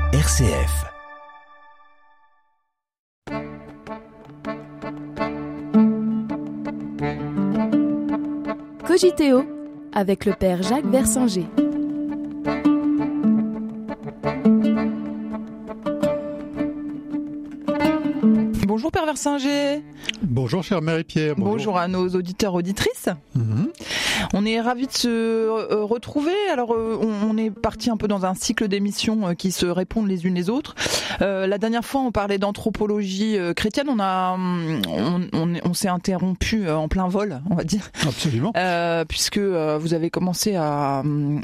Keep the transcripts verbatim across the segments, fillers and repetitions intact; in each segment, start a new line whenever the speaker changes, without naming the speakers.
R C F.
Cogiteo avec le père Jacques Versinger.
Bonjour Père Versinger.
Bonjour chère Marie-Pierre.
Bonjour. Bonjour à nos auditeurs auditrices. Mmh. On est ravis de se euh, retrouver. Alors euh, on, on est parti un peu dans un cycle d'émissions euh, qui se répondent les unes les autres. Euh, la dernière fois on parlait d'anthropologie euh, chrétienne. On a, on, on, on s'est interrompu euh, en plein vol, on va dire.
Absolument.
Euh, puisque euh, vous avez commencé à,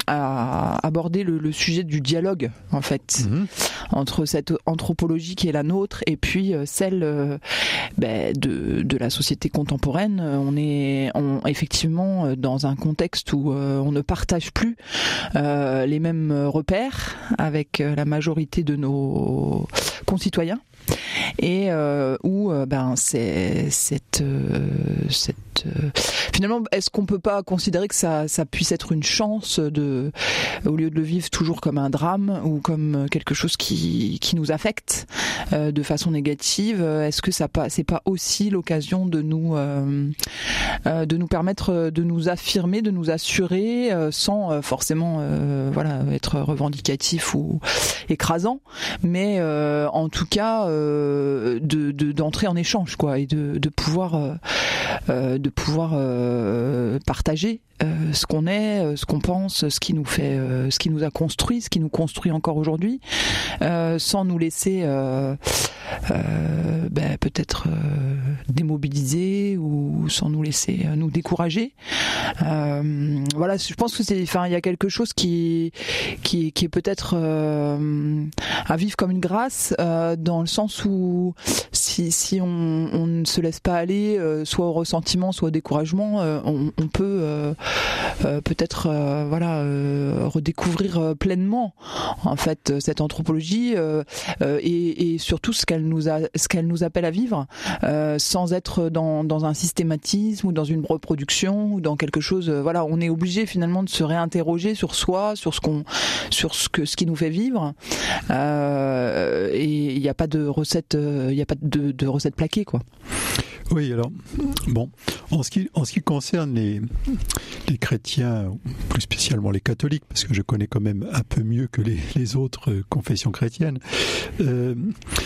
à aborder le, le sujet du dialogue en fait mmh. entre cette anthropologie qui est la nôtre et puis euh, celle euh, ben, de, de la société contemporaine. On est on, effectivement dans un contexte où euh, on ne partage plus euh, les mêmes repères avec la majorité de nos concitoyens et euh, où euh, ben c'est cette euh, cette euh, finalement est-ce qu'on peut pas considérer que ça ça puisse être une chance de au lieu de le vivre toujours comme un drame ou comme quelque chose qui qui nous affecte euh, de façon négative, est-ce que ça pas c'est pas aussi l'occasion de nous euh, euh, de nous permettre de nous affirmer, de nous assurer euh, sans euh, forcément euh, voilà être revendicatif ou écrasant, mais euh, en tout cas euh, de, de d'entrer en échange quoi et de de pouvoir euh, euh, de pouvoir euh, partager euh, ce qu'on est, euh, ce qu'on pense, ce qui nous fait, euh, ce qui nous a construit, ce qui nous construit encore aujourd'hui, euh, sans nous laisser euh, euh, ben, peut-être euh, démobiliser ou sans nous laisser euh, nous décourager. Euh, voilà, je pense que c'est, enfin, il y a quelque chose qui qui, qui est peut-être euh, à vivre comme une grâce euh, dans le sens où si si on, on ne se laisse pas aller, euh, soit au ressentiment, soit au découragement, euh, on, on peut euh, euh, peut-être euh, voilà euh, redécouvrir euh, pleinement en fait cette anthropologie euh, euh, et, et surtout ce qu'elle nous a, ce qu'elle nous appelle à vivre, euh, sans être dans dans un systématisme ou dans une reproduction ou dans quelque chose. Euh, voilà, on est obligé finalement de se réinterroger sur soi, sur ce qu'on, sur ce que ce qui nous fait vivre. Euh, et il n'y a pas de recette, il n'y a pas de, de recette plaquée quoi.
Oui, alors, bon, en ce qui, en ce qui concerne les, les chrétiens, plus spécialement les catholiques, parce que je connais quand même un peu mieux que les, les autres confessions chrétiennes, euh,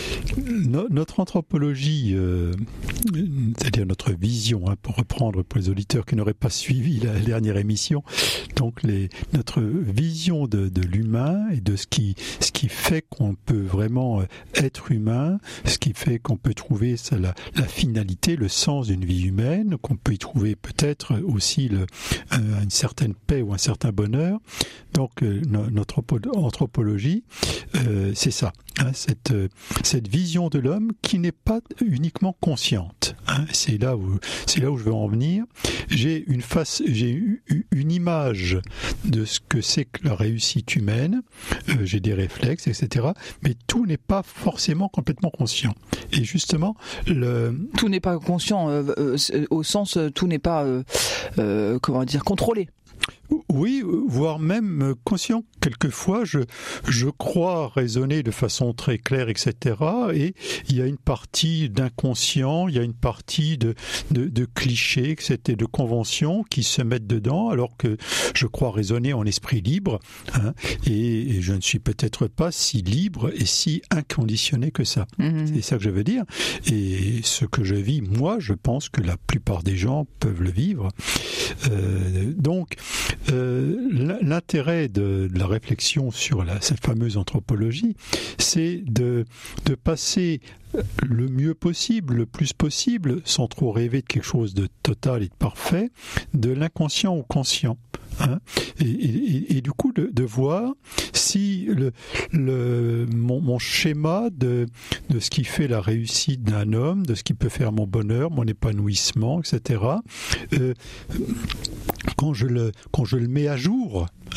no, notre anthropologie, euh, c'est-à-dire notre vision, hein, pour reprendre pour les auditeurs qui n'auraient pas suivi la dernière émission, donc les, notre vision de, de l'humain et de ce qui, ce qui fait qu'on peut vraiment être humain, ce qui fait qu'on peut trouver ça, la, la finalité, le sens d'une vie humaine, qu'on peut y trouver peut-être aussi le, euh, une certaine paix ou un certain bonheur. Donc euh, notre anthropologie, euh, c'est ça, hein, cette, euh, cette vision de l'homme qui n'est pas uniquement consciente. Hein, c'est là où c'est là où je veux en venir. J'ai une face, j'ai eu une image de ce que c'est que la réussite humaine. Euh, j'ai des réflexes, et cetera. Mais tout n'est pas forcément complètement conscient. Et justement, le
tout n'est pas conscient euh, euh, au sens euh, tout n'est pas euh, euh, comment dire contrôlé.
Oui, voire même conscient. Quelquefois, je, je crois raisonner de façon très claire, et cetera. Et il y a une partie d'inconscient, il y a une partie de, de, de clichés, et cetera, de conventions qui se mettent dedans, alors que je crois raisonner en esprit libre. Hein, et, et je ne suis peut-être pas si libre et si inconditionné que ça. Mmh. C'est ça que je veux dire. Et ce que je vis, moi, je pense que la plupart des gens peuvent le vivre. Euh, donc, Euh, l'intérêt de, de la réflexion sur la, cette fameuse anthropologie, c'est de, de passer le mieux possible, le plus possible, sans trop rêver de quelque chose de total et de parfait, de l'inconscient au conscient. Hein, et, et, et du coup de, de voir si le, le, mon, mon schéma de, de ce qui fait la réussite d'un homme, de ce qui peut faire mon bonheur, mon épanouissement, et cetera, euh, quand je le, quand je le mets à jour,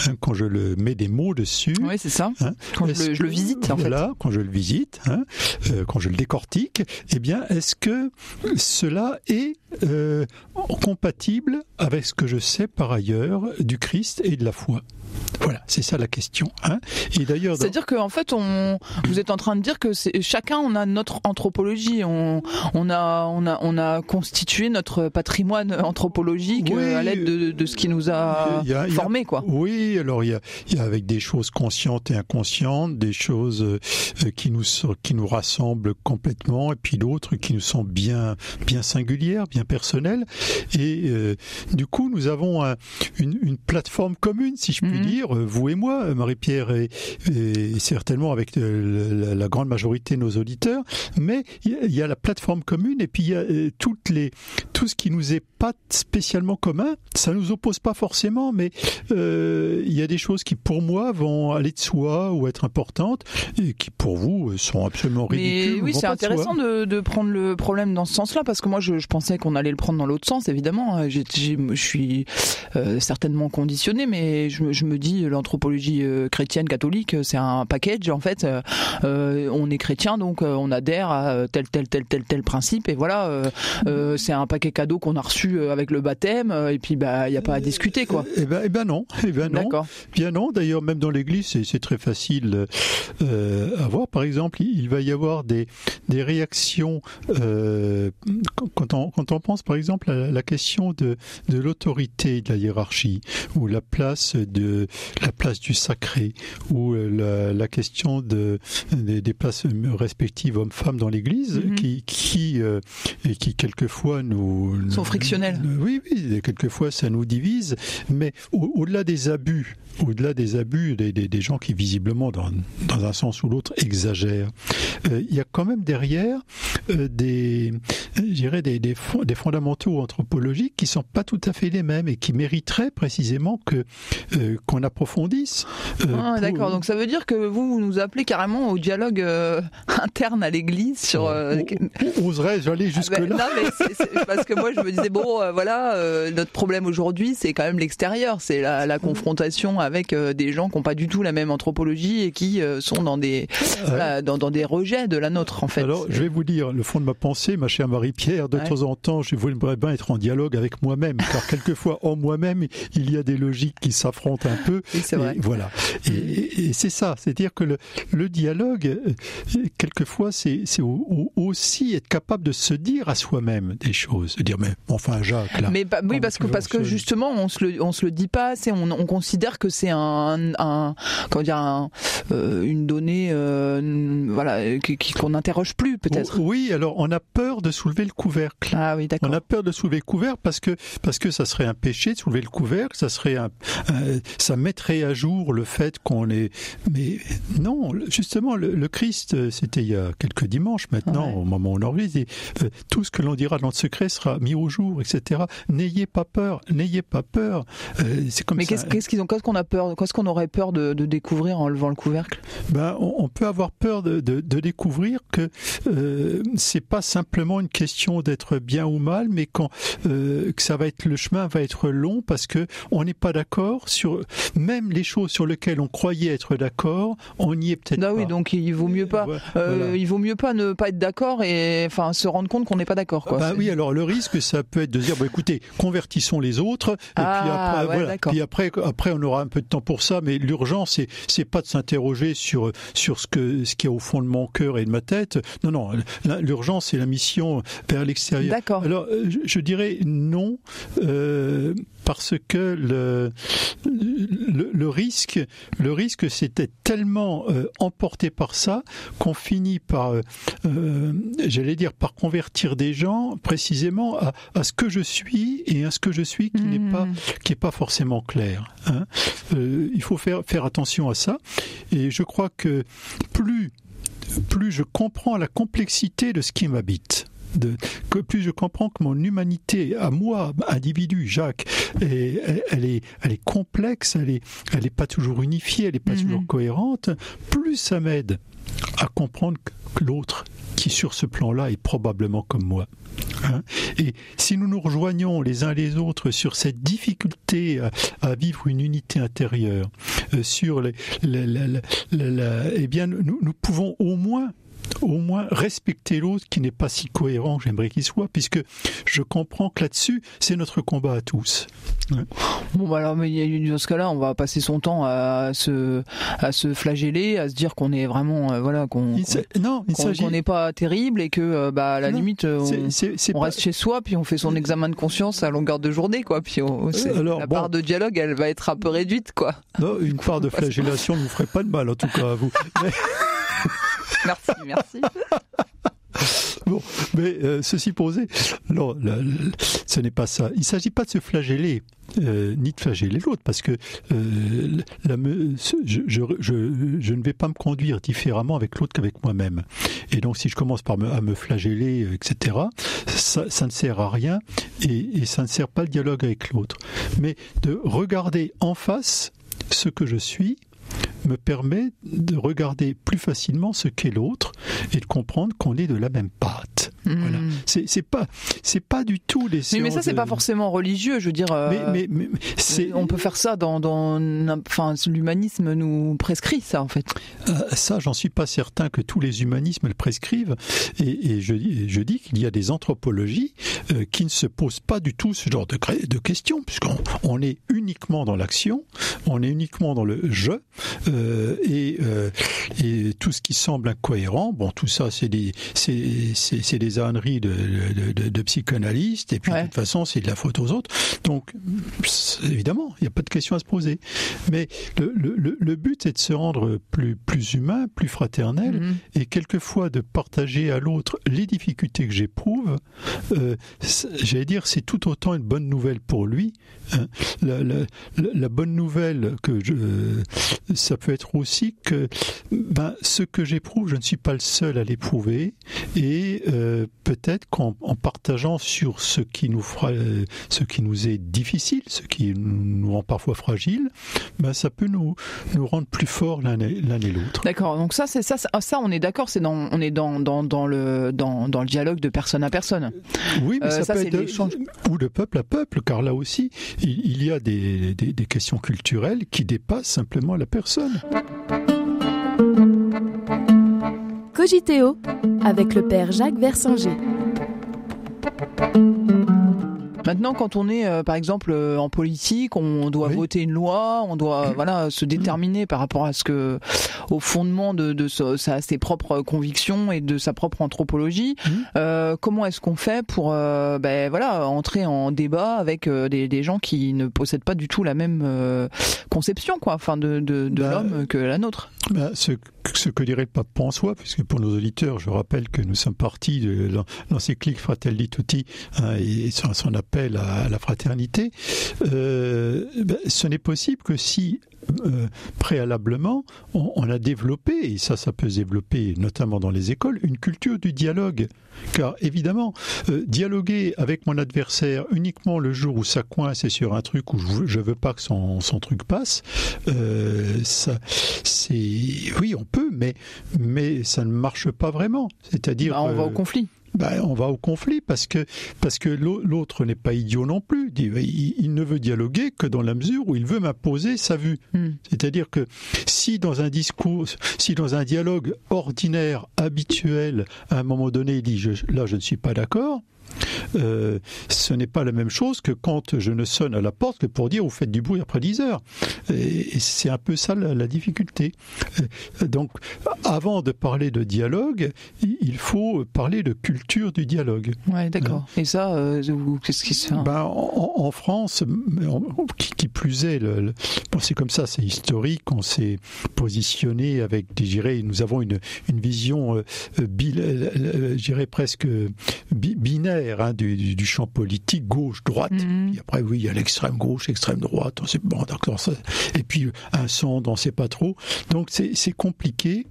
hein, quand je le mets des mots dessus.
Oui, c'est ça. Hein, quand je le, je le visite, en
voilà,
fait.
quand je le visite, hein, euh, quand je le décortique, eh bien, est-ce que cela est euh, compatible avec ce que je sais par ailleurs du Christ et de la foi? Voilà, c'est ça la question. Hein. Et d'ailleurs, dans...
c'est-à-dire qu'en fait, on, vous êtes en train de dire que c'est, chacun on a notre anthropologie, on, on a, on a, on a constitué notre patrimoine anthropologique oui, à l'aide de, de ce qui nous a, a formés, quoi.
Oui, alors il y a, il y a avec des choses conscientes et inconscientes, des choses euh, qui nous, qui nous rassemblent complètement, et puis d'autres qui nous sont bien, bien singulières, bien personnelles. Et euh, du coup, nous avons un, une, une plateforme commune, si je puis mmh. dire, vous et moi, Marie-Pierre, et, et certainement avec la, la grande majorité de nos auditeurs, mais il y, y a la plateforme commune et puis il y a euh, toutes les, tout ce qui nous est pas spécialement commun. Ça nous oppose pas forcément, mais euh, il y a des choses qui pour moi vont aller de soi ou être importantes et qui pour vous sont absolument ridicules.
Mais oui, c'est intéressant de, de prendre le problème dans ce sens-là, parce que moi je, je pensais qu'on allait le prendre dans l'autre sens, évidemment. J'ai, j'ai, je suis euh, certainement conditionné, mais je, je me dis l'anthropologie euh, chrétienne catholique, c'est un package en fait. Euh, on est chrétien, donc euh, on adhère à tel tel tel tel tel principe, et voilà. Euh, euh, c'est un paquet cadeau qu'on a reçu avec le baptême, et puis bah il y a pas à discuter, quoi.
Eh ben, eh ben non, eh ben non.
D'accord.
Bien non. D'ailleurs, même dans l'Église, c'est, c'est très facile euh, à voir. Par exemple, il va y avoir des des réactions euh, quand on quand on pense par exemple à la question de de l'autorité de la hiérarchie, ou la place de la place du sacré, ou la, la question de des, des places respectives hommes-femmes dans l'Église, mm-hmm. qui qui euh, et qui quelquefois nous
sont frictionnels.
Oui, oui, quelquefois ça nous divise, mais au, au-delà des abus, au-delà des abus, des, des, des gens qui visiblement, dans, dans un sens ou l'autre, exagèrent, euh, il y a quand même derrière euh, des, je dirais des, des, fond, des fondamentaux anthropologiques qui sont pas tout à fait les mêmes et qui mériteraient précisément que euh, qu'on approfondisse.
Euh, ah, pour... D'accord, donc ça veut dire que vous, vous nous appelez carrément au dialogue euh, interne à l'Église sur. Euh...
O- oserais-je aller jusque
ah ben,
là?
Non, mais c'est, c'est parce que moi je me disais bon, euh, voilà, euh, notre problème aujourd'hui, c'est quand même l'extérieur, c'est la, la confrontation avec euh, des gens qui n'ont pas du tout la même anthropologie et qui euh, sont dans des euh, voilà, dans, dans des rejets de la nôtre, en fait.
Alors,
c'est...
je vais vous dire le fond de ma pensée, ma chère Marie-Pierre. De ouais. temps en temps, je voudrais bien être en dialogue avec moi-même, car quelquefois en moi-même, il y a des logiques qui s'affrontent un peu.
Oui, c'est vrai.
Et voilà. Et, et, et c'est ça, c'est-à-dire que le, le dialogue, quelquefois, c'est, c'est aussi être capable de se dire à soi-même des choses, de dire mais enfin Jacques là.
Mais bah, oui, parce que parce que justement, on se le on se le dit pas assez. On, on considère que c'est un, un comment dire un, euh, une donnée euh, voilà qui, qu'on n'interroge plus peut-être.
Oui, alors on a peur de soulever le couvercle.
Ah oui, d'accord.
On a peur de soulever le couvercle parce que parce que ça serait un péché de soulever le couvercle. Ça serait un, un ça mettrait à jour le fait qu'on est. Mais non, justement, le, le Christ, c'était il y a quelques dimanches maintenant, ouais. au moment où on enregistre, euh, tout ce que l'on dira dans le secret sera mis au jour, et cetera. N'ayez pas peur, n'ayez pas peur. Euh, c'est comme
mais
ça.
qu'est-ce, qu'est-ce qu'ils ont, qu'est-ce qu'on a peur, qu'est-ce qu'on aurait peur de, de découvrir en levant le couvercle?
Ben, on, on peut avoir peur de, de, de découvrir que euh, c'est pas simplement une question d'être bien ou mal, mais quand euh, que ça va être le chemin va être long parce que on n'est pas d'accord sur même les choses sur lesquelles on croyait être d'accord, on n'y est peut-être
non,
pas.
Oui, donc il vaut mieux pas,
voilà.
euh, il vaut mieux pas ne pas être d'accord et enfin se rendre compte qu'on n'est pas d'accord. Quoi.
Ben oui, alors le risque, ça peut être de dire, bon, écoutez, convertissons les autres, et
ah,
puis après,
ouais,
voilà. Puis après, après, on aura un peu de temps pour ça, mais l'urgence, c'est, c'est pas de s'interroger sur sur ce que ce qu'il y a au fond de mon cœur et de ma tête. Non, non, l'urgence, c'est la mission vers l'extérieur.
D'accord.
Alors, je, je dirais non. Euh, parce que le, le, le risque, le risque, c'était tellement euh, emporté par ça qu'on finit par, euh, j'allais dire, par convertir des gens précisément à, à ce que je suis et à ce que je suis qui mmh. n'est pas, qui est pas forcément clair. Hein. Euh, il faut faire faire attention à ça. Et je crois que plus plus je comprends la complexité de ce qui m'habite. De, que plus je comprends que mon humanité, à moi, individu, Jacques, est, elle, est, elle est complexe, elle est, elle est pas toujours unifiée, elle est pas mm-hmm. toujours cohérente, plus ça m'aide à comprendre que l'autre, qui sur ce plan-là est probablement comme moi. Hein, et si nous nous rejoignons les uns les autres sur cette difficulté à, à vivre une unité intérieure, euh, sur les, la, la, la, la, la, eh bien, nous, nous pouvons au moins au moins respecter l'autre qui n'est pas si cohérent que j'aimerais qu'il soit, puisque je comprends que là-dessus, c'est notre combat à tous. Ouais.
Bon, bah alors, mais dans ce cas-là, on va passer son temps à se, à se flageller, à se dire qu'on est vraiment, euh, voilà, qu'on,
il non, il
qu'on,
s'agit...
qu'on n'est pas terrible et que, euh, bah, à la non, limite, on, c'est, c'est, c'est on pas... reste chez soi, puis on fait son examen de conscience à longueur de journée, quoi. Puis on, alors, la bon... part de dialogue, elle va être un peu réduite, quoi.
Non, une part de flagellation ne vous ferait pas de mal, en tout cas, à vous. Mais...
Merci, merci.
Bon, mais euh, ceci posé, non, le, le, ce n'est pas ça. Il ne s'agit pas de se flageller, euh, ni de flageller l'autre, parce que euh, la, je, je, je, je ne vais pas me conduire différemment avec l'autre qu'avec moi-même. Et donc, si je commence par me, à me flageller, et cetera, ça, ça ne sert à rien, et, et ça ne sert pas le dialogue avec l'autre. Mais de regarder en face ce que je suis, me permet de regarder plus facilement ce qu'est l'autre et de comprendre qu'on est de la même pâte. Mmh. Voilà. C'est, c'est pas, c'est pas du tout les séances.
Mais, mais ça, c'est
de...
pas forcément religieux, je veux dire. Euh,
mais, mais, mais c'est...
On peut faire ça dans, dans, enfin, l'humanisme nous prescrit ça, en fait.
Euh, ça, j'en suis pas certain que tous les humanismes le prescrivent. Et, et je, je dis qu'il y a des anthropologies euh, qui ne se posent pas du tout ce genre de, de questions, puisqu'on on est uniquement dans l'action, on est uniquement dans le je. Euh, et, euh, et tout ce qui semble incohérent, bon, tout ça, c'est des, c'est, c'est, c'est des âneries de, de, de, de psychanalystes, et puis ouais. De toute façon, c'est de la faute aux autres. Donc, évidemment, il n'y a pas de question à se poser. Mais le, le, le but, c'est de se rendre plus, plus humain, plus fraternel, mm-hmm. et quelquefois de partager à l'autre les difficultés que j'éprouve. Euh, j'allais dire, c'est tout autant une bonne nouvelle pour lui. Hein. La, la, la bonne nouvelle que je, ça peut être aussi que ben, ce que j'éprouve, je ne suis pas le seul à l'éprouver, et euh, peut-être qu'en en partageant sur ce qui nous fera, ce qui nous est difficile, ce qui nous rend parfois fragiles, ben, ça peut nous, nous rendre plus forts l'un et, l'un et l'autre.
D'accord, donc ça, c'est ça, ça on est d'accord, c'est dans, on est dans, dans, dans, le, dans, dans le dialogue de personne à personne.
Oui, mais euh, ça, ça peut être
de,
ou de peuple à peuple, car là aussi, il, il y a des, des, des questions culturelles qui dépassent simplement la personne.
Cogiteo avec le père Jacques Versinger.
Maintenant, quand on est, euh, par exemple, euh, en politique, on doit oui. voter une loi, on doit, euh, voilà, se déterminer par rapport à ce que, au fondement de, de sa, ses propres convictions et de sa propre anthropologie. Mmh. Euh, comment est-ce qu'on fait pour, euh, ben voilà, entrer en débat avec euh, des, des gens qui ne possèdent pas du tout la même euh, conception, quoi, enfin, de, de, de bah, l'homme que la nôtre.
Bah, ce, ce que dirait le pape François, puisque pour nos auditeurs, je rappelle que nous sommes partis de l'encyclique Fratelli Tutti, hein, et son, son appel à, à la fraternité. Euh, ben, ce n'est possible que si Euh, préalablement, on, on a développé, et ça, ça peut se développer notamment dans les écoles, une culture du dialogue. Car évidemment, euh, dialoguer avec mon adversaire uniquement le jour où ça coince et sur un truc où je ne veux pas que son, son truc passe, euh, ça, c'est, oui, on peut, mais, mais ça ne marche pas vraiment. C'est-à-dire,
bah, on
euh,
va au conflit.
Ben, on va au conflit parce que, parce que l'autre n'est pas idiot non plus. Il, il ne veut dialoguer que dans la mesure où il veut m'imposer sa vue. Mm. C'est-à-dire que si dans un discours, si dans un dialogue ordinaire, habituel, à un moment donné, il dit je, là je ne suis pas d'accord, Euh, ce n'est pas la même chose que quand je ne sonne à la porte que pour dire vous faites du bruit après dix heures. Et, et c'est un peu ça la, la difficulté. Donc, avant de parler de dialogue, il faut parler de culture du dialogue.
Ouais, d'accord. Euh, et ça, euh, qu'est-ce qui se fait
ben, en, en France, qui, qui plus est, le, le, bon, c'est comme ça, c'est historique. On s'est positionné avec, je dirais, nous avons une, une vision, euh, bi, je dirais presque bi, binaire. Hein, du, du, du champ politique, gauche-droite. Mmh. Et après, oui, il y a l'extrême gauche, l'extrême droite. On sait, bon, d'accord, ça, et puis un centre, on ne sait pas trop. Donc c'est, c'est compliqué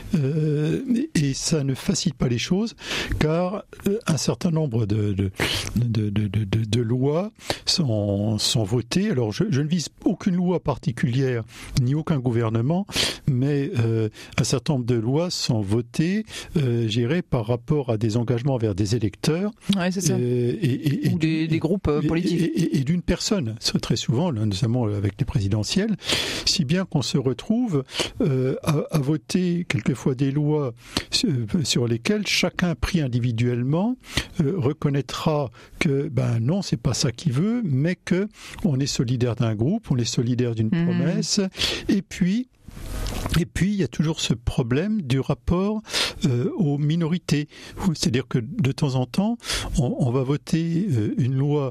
euh, et ça ne facilite pas les choses, car euh, un certain nombre de, de, de, de, de, de, de lois sont, sont votées. Alors je, je ne vise aucune loi particulière, ni aucun gouvernement, mais euh, un certain nombre de lois sont votées, euh, je dirais, par rapport à des engagements vers des électeurs, acteurs.
Ouais, c'est ça.
Et, et, et,
Ou des, des groupes euh, politiques.
Et, et, et d'une personne, très souvent, notamment avec les présidentielles, si bien qu'on se retrouve euh, à, à voter quelquefois des lois sur lesquelles chacun pris individuellement euh, reconnaîtra que ben non, c'est pas ça qu'il veut, mais que on est solidaire d'un groupe, on est solidaire d'une mmh. promesse, et puis Et puis, il y a toujours ce problème du rapport euh, aux minorités. C'est-à-dire que de temps en temps, on, on va voter euh, une loi,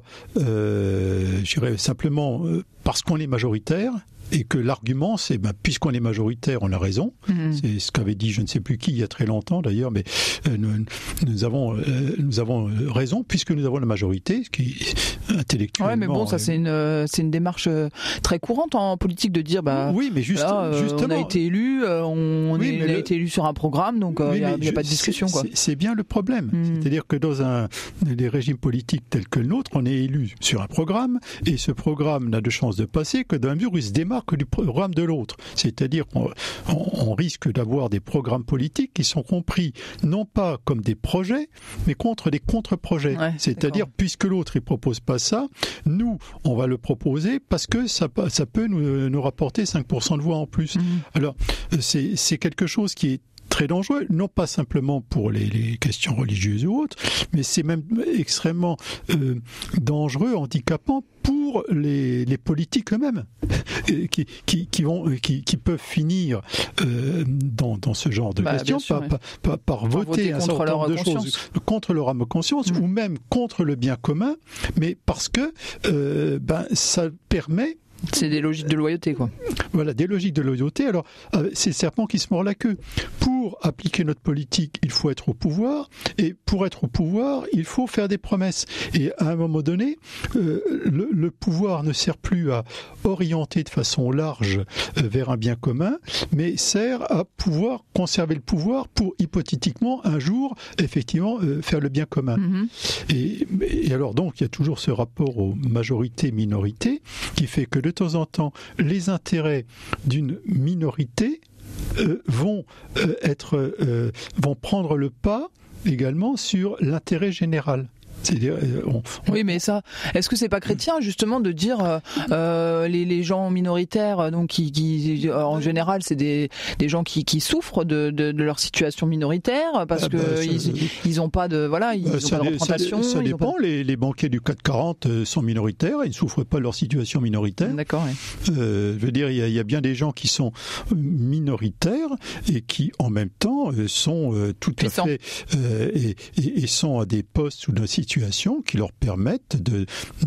euh, je dirais simplement euh, parce qu'on est majoritaire, et que l'argument, c'est ben, puisqu'on est majoritaire, on a raison. Mmh. C'est ce qu'avait dit je ne sais plus qui il y a très longtemps d'ailleurs, mais euh, nous, nous, avons, euh, nous avons raison puisque nous avons la majorité, ce qui intellectuellement...
Ouais, mais bon, ça c'est une, c'est une démarche très courante en politique de dire bah,
oui, mais juste,
là, euh,
justement,
on a été élu, on,
oui,
est, on a le... été élu sur un programme, donc il n'y a, y a pas de discussion.
C'est,
quoi.
C'est, c'est bien le problème. Mmh. C'est-à-dire que dans un, des régimes politiques tels que le nôtre, on est élu sur un programme et ce programme n'a de chance de passer que dans la mesure où il se démarque du programme de l'autre. C'est-à-dire qu'on on, on risque d'avoir des programmes politiques qui sont compris non pas comme des projets, mais contre des contre-projets. Ouais, c'est-à-dire, d'accord. puisque l'autre ne propose pas ça, nous, on va le proposer parce que ça, ça peut nous, nous rapporter cinq pour cent de voix en plus. Mmh. Alors, c'est, c'est quelque chose qui est très dangereux, non pas simplement pour les, les questions religieuses ou autres, mais c'est même extrêmement euh, dangereux, handicapant pour les, les politiques eux-mêmes, qui, qui, qui, vont, qui, qui peuvent finir euh, dans, dans ce genre de bah, questions sûr, par, ouais. par, par, par voter, voter un certain nombre de conscience. choses contre leur âme conscience, mmh. ou même contre le bien commun, mais parce que euh, ben, ça permet...
C'est des logiques de loyauté, quoi.
Voilà, des logiques de loyauté. Alors, euh, c'est le serpent qui se mord la queue. Pour appliquer notre politique, il faut être au pouvoir, et pour être au pouvoir, il faut faire des promesses. Et à un moment donné, euh, le, le pouvoir ne sert plus à orienter de façon large euh, vers un bien commun, mais sert à pouvoir conserver le pouvoir pour, hypothétiquement, un jour, effectivement, euh, faire le bien commun. Mm-hmm. Et, et alors, donc, il y a toujours ce rapport aux majorités-minorités qui fait que de de temps en temps, les intérêts d'une minorité euh, vont euh, être, euh, vont prendre le pas également sur l'intérêt général. C'est-à-dire, on, on...
Oui, mais ça, est-ce que c'est pas chrétien justement de dire euh, euh, les, les gens minoritaires, donc qui, qui en général, c'est des, des gens qui, qui souffrent de, de, de leur situation minoritaire parce ah bah, que ça, ils, ils ont pas de voilà, ils bah, ont pas de représentation.
Ça, ça dépend.
Pas...
Les, les banquiers du C A C quarante sont minoritaires, ils ne souffrent pas de leur situation minoritaire.
D'accord. Oui.
Euh, je veux dire, il y, a, il y a bien des gens qui sont minoritaires et qui, en même temps, sont euh, tout Puissant. à fait euh, et, et, et sont à des postes ou dans situation qui leur permettent de,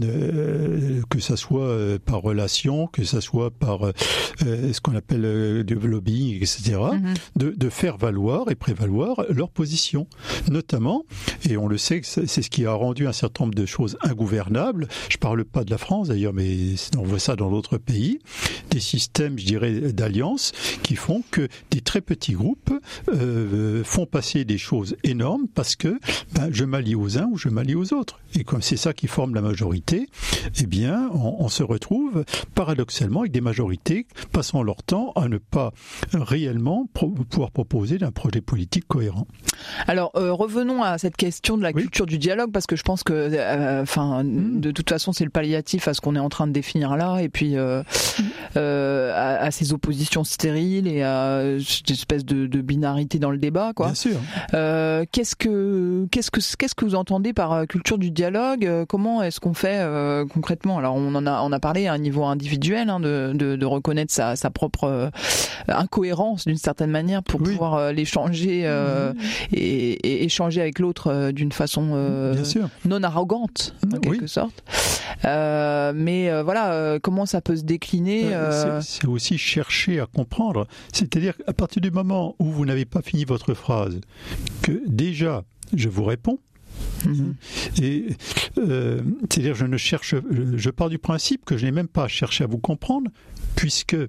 de que ça soit par relation, que ça soit par euh, ce qu'on appelle euh, du lobbying, et cetera, mm-hmm. de, de faire valoir et prévaloir leur position. Notamment, et on le sait, c'est ce qui a rendu un certain nombre de choses ingouvernables. Je parle pas de la France d'ailleurs, mais on voit ça dans d'autres pays. Des systèmes, je dirais, d'alliance qui font que des très petits groupes euh, font passer des choses énormes parce que ben, je m'allie aux uns ou je m'allie aux autres. Et comme c'est ça qui forme la majorité, eh bien, on, on se retrouve paradoxalement avec des majorités passant leur temps à ne pas réellement pro- pouvoir proposer un projet politique cohérent.
Alors, euh, revenons à cette question de la oui. culture du dialogue, parce que je pense que, enfin, euh, mmh. de toute façon, c'est le palliatif à ce qu'on est en train de définir là, et puis euh, mmh. euh, à, à ces oppositions stériles et à cette espèce de, de binarité dans le débat, quoi.
Bien sûr.
Euh, qu'est-ce que, qu'est-ce que, qu'est-ce que vous entendez par culture du dialogue? Comment est-ce qu'on fait euh, concrètement? Alors, on en a, on a parlé à un niveau individuel, hein, de, de, de reconnaître sa, sa propre euh, incohérence d'une certaine manière pour oui. pouvoir euh, l'échanger euh, mmh. et, et échanger avec l'autre euh, d'une façon euh, non arrogante, en quelque oui. sorte. Euh, mais euh, voilà, euh, comment ça peut se décliner euh...
c'est, c'est aussi chercher à comprendre. C'est-à-dire qu'à partir du moment où vous n'avez pas fini votre phrase, que déjà je vous réponds. Mmh. Et euh, c'est-à-dire, je ne cherche, je pars du principe que je n'ai même pas à chercher à vous comprendre, puisque euh,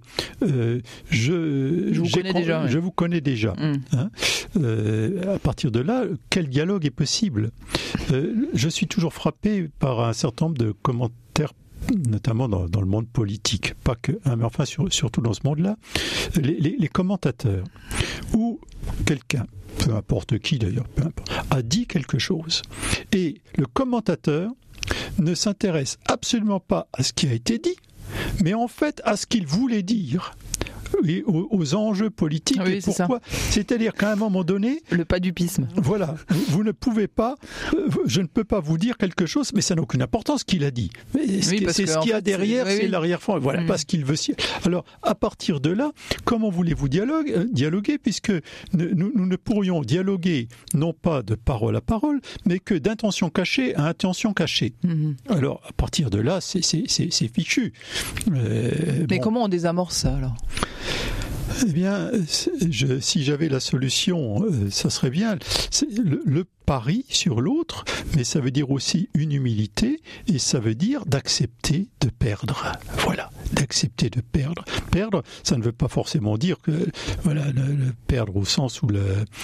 je,
je, vous connais déjà, ouais.
je vous connais déjà. Mmh. Hein, euh, à partir de là, quel dialogue est possible? euh, Je suis toujours frappé par un certain nombre de commentaires notamment dans, dans le monde politique, pas que, hein, mais enfin sur, surtout dans ce monde-là, les, les, les commentateurs ou quelqu'un, peu importe qui d'ailleurs, peu importe, a dit quelque chose et le commentateur ne s'intéresse absolument pas à ce qui a été dit, mais en fait à ce qu'il voulait dire. Et aux, aux enjeux politiques
oui,
et pourquoi.
C'est
C'est-à-dire qu'à un moment donné,
le pas-dupisme.
Voilà, vous, vous ne pouvez pas, euh, je ne peux pas vous dire quelque chose, mais ça n'a aucune importance ce qu'il a dit. Mais ce, oui, qui, c'est ce qu'il y a derrière, c'est, oui, c'est l'arrière-fond. Voilà, mmh. parce qu'il veut. Alors, à partir de là, comment voulez-vous dialogue, euh, dialoguer, puisque nous, nous ne pourrions dialoguer non pas de parole à parole, mais que d'intention cachée à intention cachée. Mmh. Alors, à partir de là, c'est, c'est, c'est, c'est fichu.
Euh, mais bon. Comment on désamorce ça alors ?
Eh bien, je, si j'avais la solution, euh, ça serait bien. C'est le, le pari sur l'autre, mais ça veut dire aussi une humilité, et ça veut dire d'accepter de perdre. Voilà, d'accepter de perdre. Perdre, ça ne veut pas forcément dire que voilà, le, le perdre au sens où le,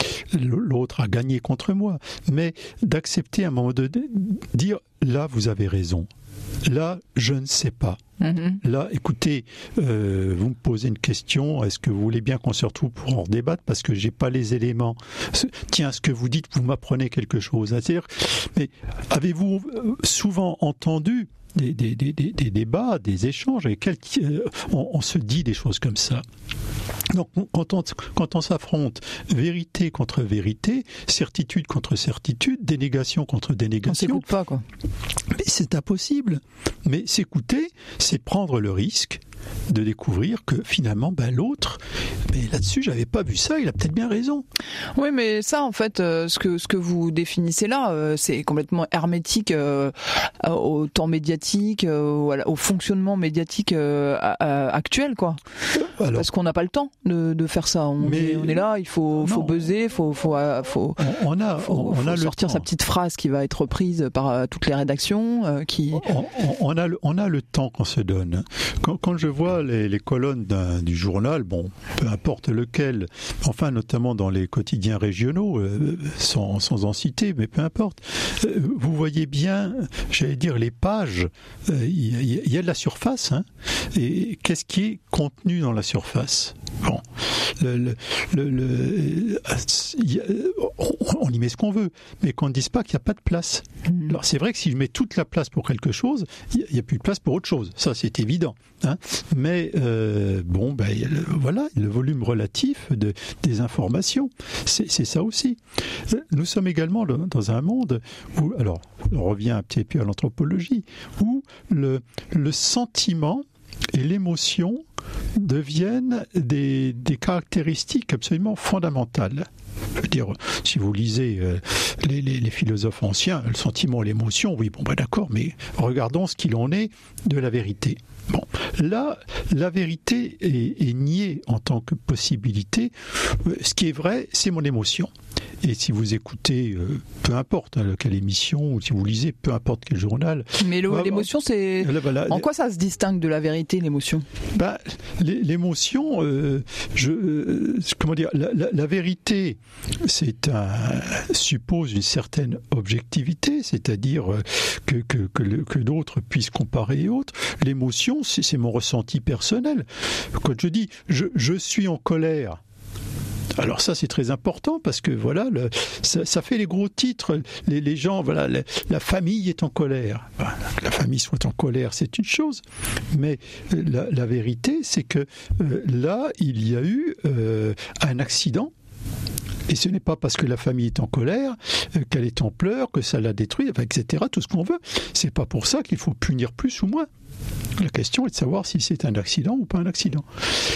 l'autre a gagné contre moi, mais d'accepter à un moment donné, dire là, vous avez raison. Là, je ne sais pas. Mmh. Là, écoutez, euh, vous me posez une question, est-ce que vous voulez bien qu'on se retrouve pour en débattre parce que j'ai pas les éléments. Tiens, ce que vous dites, vous m'apprenez quelque chose. C'est-à-dire, mais avez-vous souvent entendu des, des, des, des, des débats, des échanges avec lesquels euh, on, on se dit des choses comme ça? Donc, quand on, quand on s'affronte vérité contre vérité, certitude contre certitude, dénégation contre dénégation,
on s'écoute pas, quoi.
Mais c'est impossible. Mais s'écouter, c'est prendre le risque de découvrir que finalement, ben, l'autre, mais là-dessus, j'avais pas vu ça, il a peut-être bien raison.
Oui, mais ça, en fait, euh, ce que ce que vous définissez là, euh, c'est complètement hermétique euh, au temps médiatique, euh, au fonctionnement médiatique euh, actuel, quoi. Alors, parce qu'on n'a pas le temps de, de faire ça. On, mais, est, on est là, il faut, faut buzzer, faut, faut, faut,
on a,
faut,
on a
faut sortir sa petite phrase qui va être reprise par euh, toutes les rédactions. Euh, qui...
on, on, a le, on a le temps qu'on se donne. Quand, quand je vois les, les colonnes d'un, du journal, bon, peu importe lequel, enfin notamment dans les quotidiens régionaux, euh, sans, sans en citer, mais peu importe, euh, vous voyez bien, j'allais dire les pages, il euh, y, y a de la surface, hein, et qu'est-ce qui est contenu dans la surface? Bon, le, le, le, le, y a, on, on y met ce qu'on veut, mais qu'on ne dise pas qu'il n'y a pas de place. Mmh. Alors c'est vrai que si je mets toute la place pour quelque chose, il n'y a, a plus de place pour autre chose. Ça, c'est évident. Hein. Mais euh, bon, ben le, voilà, le volume relatif de, des informations, c'est, c'est ça aussi. Nous sommes également le, dans un monde où, alors, on revient un petit peu à l'anthropologie, où le, le sentiment et l'émotion deviennent des, des caractéristiques absolument fondamentales. Je veux dire, si vous lisez euh, les, les, les philosophes anciens, le sentiment, l'émotion, oui, bon, ben d'accord, mais regardons ce qu'il en est de la vérité. Bon, là, la vérité est, est niée en tant que possibilité. Ce qui est vrai, c'est mon émotion. Et si vous écoutez, euh, peu importe hein, quelle émission, ou si vous lisez, peu importe quel journal.
Mais le, bah, l'émotion, c'est... Là, bah, là, en quoi ça se distingue de la vérité, l'émotion?
bah, L'émotion, euh, je, euh, comment dire, la, la, la vérité, c'est un, suppose une certaine objectivité, c'est-à-dire que, que, que, le, que d'autres puissent comparer et autres. L'émotion, c'est, c'est mon ressenti personnel. Quand je dis je, je suis en colère, alors ça c'est très important parce que voilà le, ça, ça fait les gros titres, les, les gens voilà la, la famille est en colère, enfin, que la famille soit en colère c'est une chose, mais la, la vérité c'est que euh, là il y a eu euh, un accident. Et ce n'est pas parce que la famille est en colère, euh, qu'elle est en pleurs, que ça la détruit, enfin, et cetera. Tout ce qu'on veut. C'est pas pour ça qu'il faut punir plus ou moins. La question est de savoir si c'est un accident ou pas un accident.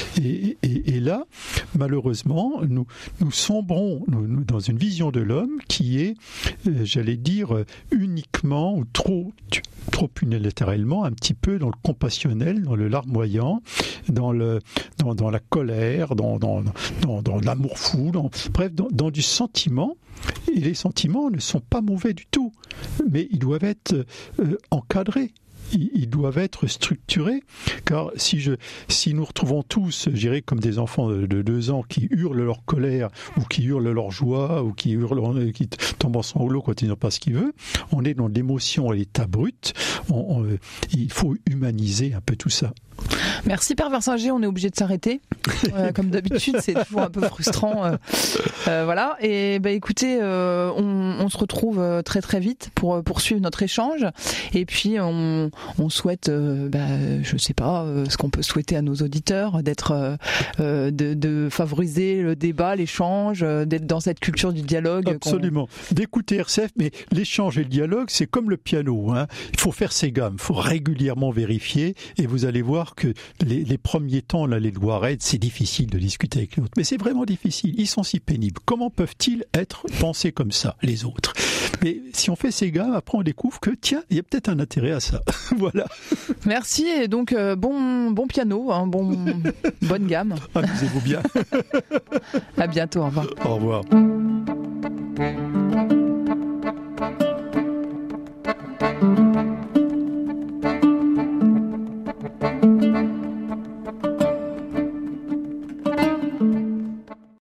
Et, et, et là, malheureusement, nous, nous sombrons nous, nous, dans une vision de l'homme qui est, euh, j'allais dire, uniquement ou trop, trop unilatéralement, un petit peu dans le compassionnel, dans le larmoyant, dans, le, dans, dans la colère, dans, dans, dans, dans l'amour fou, dans, bref, dans, dans du sentiment. Et les sentiments ne sont pas mauvais du tout, mais ils doivent être euh, encadrés. ils, ils doivent être structurés, car si, je, si nous retrouvons tous, je dirais, comme des enfants de, de deux ans qui hurlent leur colère, ou qui hurlent leur joie, ou qui hurlent, qui tombent en sanglots quand ils n'ont pas ce qu'ils veulent, on est dans l'émotion à l'état brut. On, on, il faut humaniser un peu tout ça.
Merci Père Versinger, on est obligé de s'arrêter. Euh, comme d'habitude, c'est toujours un peu frustrant. Euh, euh, voilà. Et bah, écoutez, euh, on, on se retrouve très très vite pour poursuivre notre échange. Et puis on, on souhaite, euh, bah, je sais pas, euh, ce qu'on peut souhaiter à nos auditeurs, d'être, euh, de, de favoriser le débat, l'échange, euh, d'être dans cette culture du dialogue.
Absolument. Qu'on... D'écouter R C F, mais l'échange et le dialogue, c'est comme le piano. Hein. Il faut faire ses gammes, il faut régulièrement vérifier, et vous allez voir que les, les premiers temps, là, les doigts raides, c'est difficile de discuter avec l'autre. Mais c'est vraiment difficile. Ils sont si pénibles. Comment peuvent-ils être pensés comme ça, les autres ? Mais si on fait ces gammes, après on découvre que, tiens, il y a peut-être un intérêt à ça. Voilà.
Merci. Et donc, euh, bon, bon piano, hein, bon, bonne gamme.
Amusez-vous bien.
À bientôt. Au revoir.
Au revoir.